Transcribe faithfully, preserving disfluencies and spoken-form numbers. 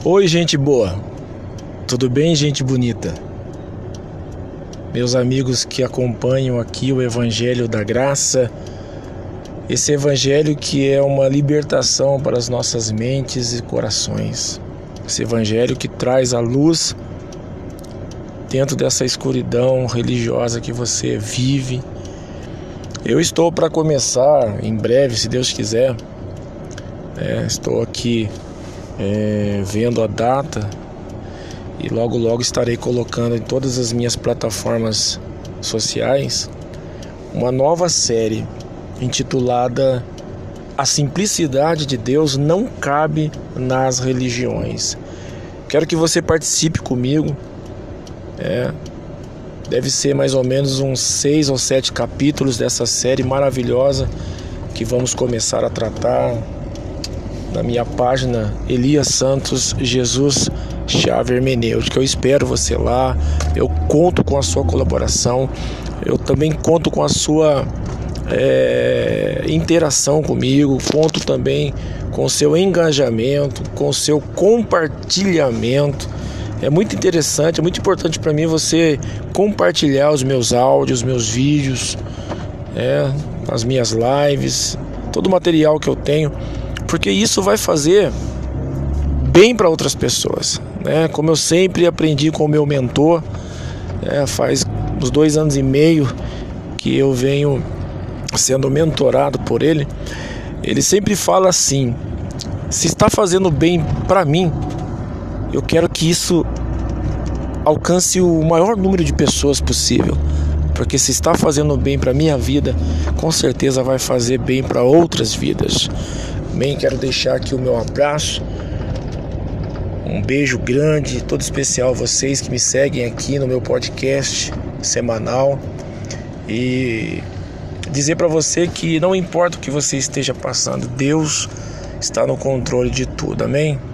Oi, gente boa, tudo bem, gente bonita? Meus amigos que acompanham aqui o Evangelho da Graça, esse Evangelho que é uma libertação para as nossas mentes e corações, esse Evangelho que traz a luz dentro dessa escuridão religiosa que você vive. Eu estou para começar em breve, se Deus quiser, é, estou aqui É, vendo a data e logo logo estarei colocando em todas as minhas plataformas sociais uma nova série intitulada A Simplicidade de Deus Não Cabe nas Religiões. Quero que você participe comigo. é, deve ser mais ou menos uns seis ou sete capítulos dessa série maravilhosa que vamos começar a tratar na minha página Elias Santos Jesus Chave Hermenêutica. Eu espero você lá, eu conto com a sua colaboração, eu também conto com a sua é, interação comigo, conto também com o seu engajamento, com o seu compartilhamento. É muito interessante, é muito importante para mim você compartilhar os meus áudios, os meus vídeos, é, as minhas lives, todo o material que eu tenho, porque isso vai fazer bem para outras pessoas, né? Como eu sempre aprendi com o meu mentor, né? Faz uns dois anos e meio que eu venho sendo mentorado por ele. Ele sempre fala assim: se está fazendo bem para mim, eu quero que isso alcance o maior número de pessoas possível, porque se está fazendo bem para minha vida, com certeza vai fazer bem para outras vidas. Também quero deixar aqui o meu abraço, um beijo grande, todo especial a vocês que me seguem aqui no meu podcast semanal, e dizer para você que não importa o que você esteja passando, Deus está no controle de tudo, amém?